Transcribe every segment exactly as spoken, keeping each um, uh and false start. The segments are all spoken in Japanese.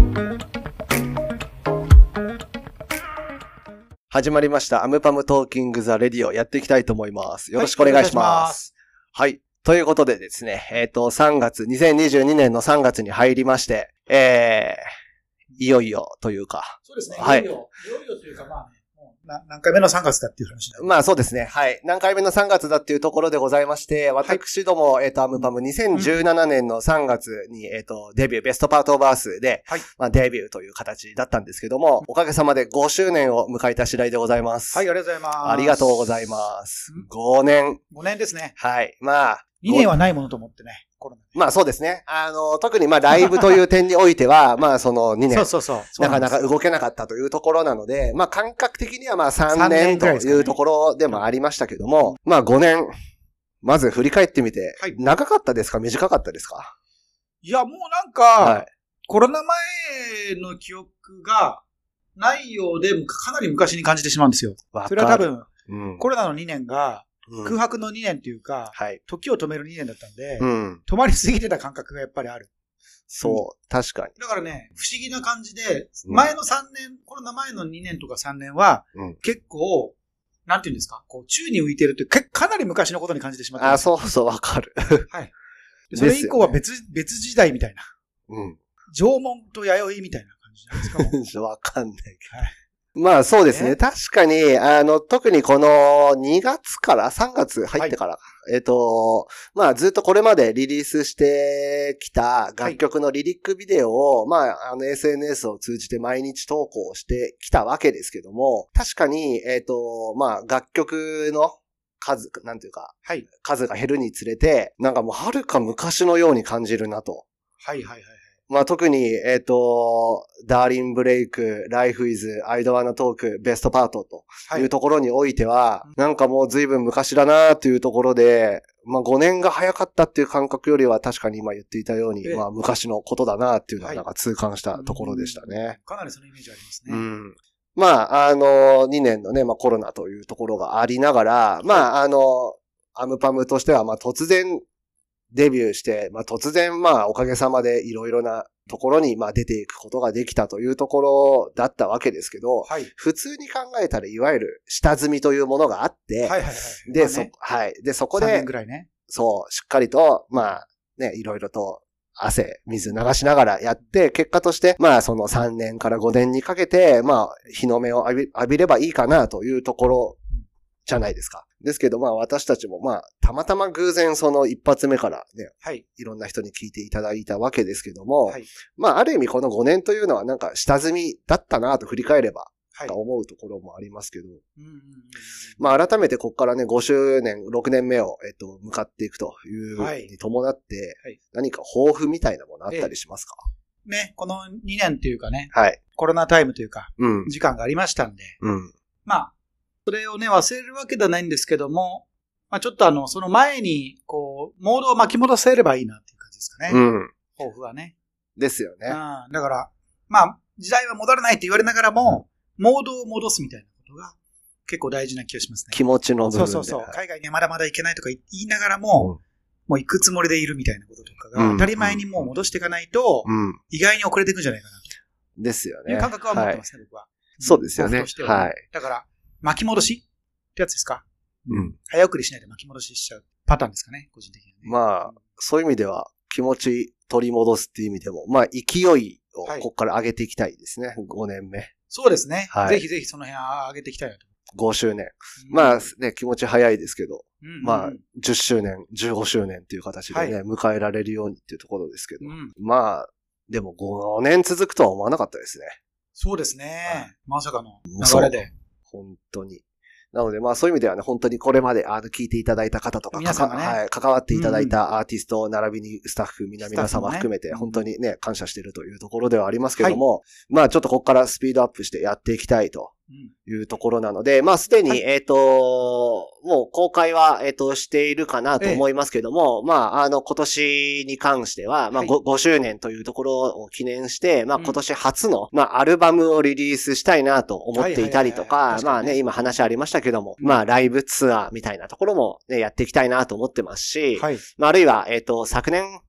始まりました。アムパムトーキングザレディオやっていきたいと思います。よろしくお願いします。はい。はい、ということでですね、えっと、さんがつ、にせんにじゅうにねんのさんがつに入りまして、えー、いよいよというか。 そうですね。 はい。 いよいよ、いよいよというか、まあね、もうな何回目のさんがつだっていう話まあそうですね。はい。何回目のさんがつだっていうところでございまして、私ども、はい、えっと、アムパムにせんじゅうななねんのさんがつに、えっと、デビュー、ベストパートオブアースで、はい、まあデビューという形だったんですけども、おかげさまでごしゅうねんを迎えた次第でございます。 はい、ありがとうございます。 ありがとうございます。ごねん。 ごねんですね。 はい。まあ。 にねんはないものと思ってね。コロナまあそうですね。あの、特にまあライブという点においては、まあそのにねん。 そうそうそう。 なかなか動けなかったというところなので、まあ感覚的にはまあさんねんというところでもありましたけども、まあごねん、まず振り返ってみて、はい、長かったですか短かったですか？ いや、もうなんか、はい、コロナ前の記憶がないようで、かなり昔に感じてしまうんですよ。それは多分、うん、コロナのにねんが、うん、空白のにねんというか、はい、時を止めるにねんだったんで、うん、止まりすぎてた感覚がやっぱりある。 そう、うん、確かに。 だからね、不思議な感じで、前のさんねん、うん、コロナ前のにねんとかさんねんは、うん、結構、なんていうんですか、こう、宙に浮いてるって、かなり昔のことに感じてしまった。 あ、そうそう、わかる。 はい。それ以降は別、ね、別時代みたいな。 うん。 縄文と弥生みたいな感じじゃないですか。 わかんないけど。はい。まあそうですね。確かに、あの、特にこのにがつからさんがつ入ってから、はい、えっと、まあずっとこれまでリリースしてきた楽曲のリリックビデオを、はい、まああの エスエヌエス を通じて毎日投稿してきたわけですけども、確かに、えっと、まあ楽曲の数、なんていうか、はい、数が減るにつれて、なんかもうはるか昔のように感じるなと。 はいはいはい。 まあ特に、えっと、ダーリンブレイク、ライフイズ、アイドワナトーク、ベストパートというところにおいては、はい、なんかもう随分昔だなというところで、まあごねんが早かったっていう感覚よりは確かに今言っていたように、まあ昔のことだなっていうのはなんか痛感したところでしたね。はい、 かなりそのイメージありますね。 うん。まああの、にねんのね、まあコロナというところがありながら、まああの、アムパムとしてはまあ突然、デビューして、まあ突然まあおかげさまでいろいろなところにまあ出ていくことができたというところだったわけですけど、はい、普通に考えたらいわゆる下積みというものがあって、はいはいはい、で、まあね、そ、はい。で、そこで、 さんねんぐらいね。 そう、しっかりと、まあね、いろいろと汗、水流しながらやって、結果として、まあそのさんねんからごねんにかけて、まあ日の目を浴び、浴びればいいかなというところじゃないですか。ですけど、まあ私たちもまあ、たまたま偶然その一発目からね、はい。いろんな人に聞いていただいたわけですけども、はい。まあある意味このごねんというのはなんか下積みだったなと振り返れば、はい。思うところもありますけど、うんうんうん、まあ改めてここからね、ごしゅうねん、ろくねんめを、えっと、向かっていくというに伴って、はい。何か抱負みたいなものあったりしますか？ ええ、ね、このにねんっていうかね、 はい。 コロナタイムというか、うん。時間がありましたんで、うん。まあ、それをね、忘れるわけではないんですけども、まあちょっとあの、その前に、こう、モードを巻き戻せればいいなっていう感じですかね。うん。抱負はね。 ですよね。 うん。だから、まあ、時代は戻らないって言われながらも、うん、モードを戻すみたいなことが結構大事な気がしますね。 気持ちの部分で。 そうそうそう。海外にはまだまだ行けないとか言いながらも、うん、もう行くつもりでいるみたいなこととかが、当たり前にもう戻していかないと、うん、意外に遅れていくんじゃないかなと。 ですよね。 いう感覚は持ってますね、はい、僕は。 そうですよね。はい。 だから、巻き戻しってやつですか？うん。早送りしないで巻き戻ししちゃうパターンですかね、個人的にはね。 まあ、そういう意味では気持ち取り戻すっていう意味でも、まあ勢いをここから上げていきたいですね、はい、ごねんめ。 そうですね。はい、ぜひぜひその辺上げていきたいなと。 ごしゅうねん。うん、まあね、気持ち早いですけど、うんうん、まあじゅっしゅうねん、じゅうごしゅうねんっていう形でね、はい、迎えられるようにっていうところですけど、うん、まあ、でもごねん続くとは思わなかったですね。 そうですね。まさかの流れで。 本当に。なので、まあそういう意味ではね、本当にこれまで、あの、聞いていただいた方とか、 皆さんがね、 はい、関わっていただいたアーティスト、並びにスタッフ、皆々様含めて、本当にね、感謝しているというところではありますけども、はい、まあちょっとここからスピードアップしてやっていきたいというところなので、まあすでに、はい、えっと、もう公開は、えっと、しているかなと思いますけども、ええ、まああの、今年に関しては、まあ 5,、はい、ごしゅうねんというところを記念して、まあ今年初の、まあアルバムをリリースしたいなと思っていたりとか、まあね、今話ありましたけども、まあライブツアーみたいなところもね、やっていきたいなと思ってますし、はい、まああるいは、えっと、昨年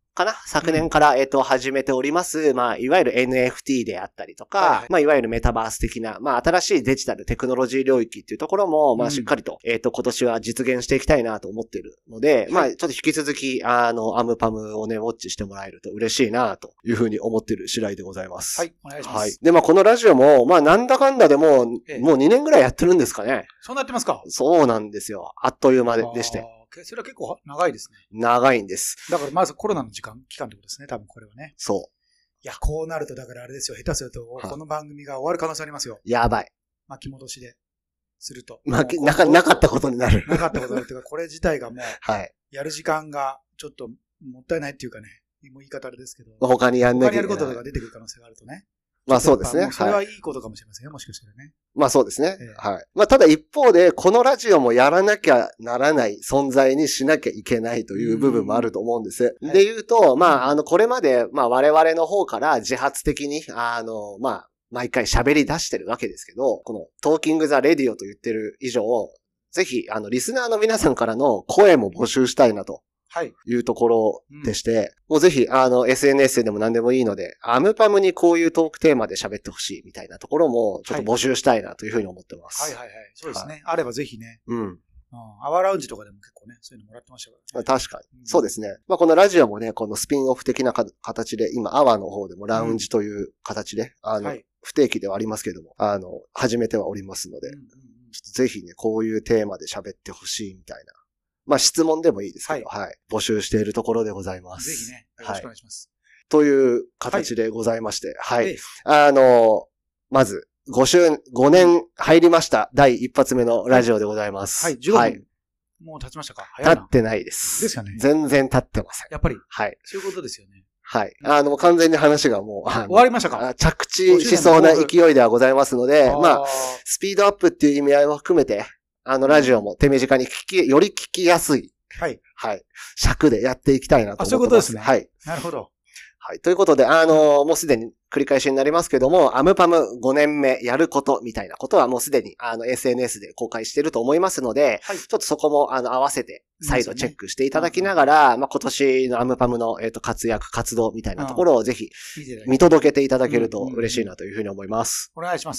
かな昨年から、うん、えっと、始めております、まあ、いわゆる エヌエフティー であったりとか、はいはい、まあ、いわゆるメタバース的な、まあ、新しいデジタルテクノロジー領域っていうところも、まあ、しっかりと、うん、えっと、今年は実現していきたいなと思っているので、はい、まあ、ちょっと引き続き、あの、アムパムをね、ウォッチしてもらえると嬉しいなというふうに思っている次第でございます。 はい、お願いします。はい。 で、まあ、このラジオも、まあ、なんだかんだでもう、ええ、もうにねんぐらいやってるんですかね。 そうなってますか？ そうなんですよ。あっという間ででして。 それは結構長いですね。 長いんです。 だからまずコロナの時間、期間ってことですね、多分これはね。 そう。 いや、こうなると、だからあれですよ、下手すると、この番組が終わる可能性ありますよ。 やばい。 巻き戻しで、すると。 巻き、なか、なかったことになる。 なかったことになるというか、これ自体がもう、はい。やる時間がちょっともったいないっていうかね、もう言い方あれですけど。 他にやんなきゃいけない。 他にやることが出てくる可能性があるとね。 まあそうですね。 それはいいことかもしれませんよ、もしかしたらね。 まあそうですね。ええ、はい。まあただ一方で、このラジオもやらなきゃならない存在にしなきゃいけないという部分もあると思うんです。で言うと、まああの、これまで、まあ我々の方から自発的に、あの、まあ、毎回喋り出してるわけですけど、このトーキングザレディオと言ってる以上、ぜひ、あの、リスナーの皆さんからの声も募集したいなと。はい。いうところでして、うん、もうぜひ、あの、エスエヌエス でも何でもいいので、アムパムにこういうトークテーマで喋ってほしいみたいなところも、ちょっと募集したいなというふうに思ってます。 はい、はい、はいはいはい。そうですね。はい、あればぜひね。 うん。うん。 アワーラウンジとかでも結構ね、そういうのもらってましたからね。 確かに。うん、そうですね。まあ、このラジオもね、このスピンオフ的な形で、今、アワーの方でもラウンジという形で、うん、あの、はい、不定期ではありますけども、あの、始めてはおりますので、うんうんうん、ちょっとぜひね、こういうテーマで喋ってほしいみたいな。まあ質問でもいいですけど、はい、はい。募集しているところでございます。 ぜひね、よろしくお願いします。 はい、という形でございまして、はい。はい、あの、まず、ご周、ごねん入りました。だい一発目のラジオでございます。 はい、じゅうごふん。はい。もう経ちましたか？ 早いな。経ってないです。 ですよね。 全然経ってません。 やっぱり。 はい。 そういうことですよね。 はい。あの、完全に話がもう、 終わりましたか？ 着地しそうな勢いではございますので、まあ、スピードアップっていう意味合いを含めて、あの、ラジオも手短に聞き、より聞きやすい。はい。はい。尺でやっていきたいなと思ってます。あ、 そういうことですね。 はい。 なるほど。 はい。ということで、あのー、もうすでに繰り返しになりますけども、アムパムごねんめやることみたいなことはもうすでに、あの、エスエヌエス で公開していると思いますので、はい、ちょっとそこも、あの、合わせて、再度チェックしていただきながら、ね、まあ、今年のアムパムの、えっと、活躍、活動みたいなところをぜひ、見届けていただけると嬉しいなというふうに思います。 お願いします。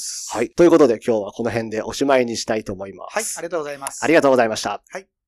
はい。ということで、今日はこの辺でおしまいにしたいと思います。 はい。ありがとうございます。 ありがとうございました。 はい。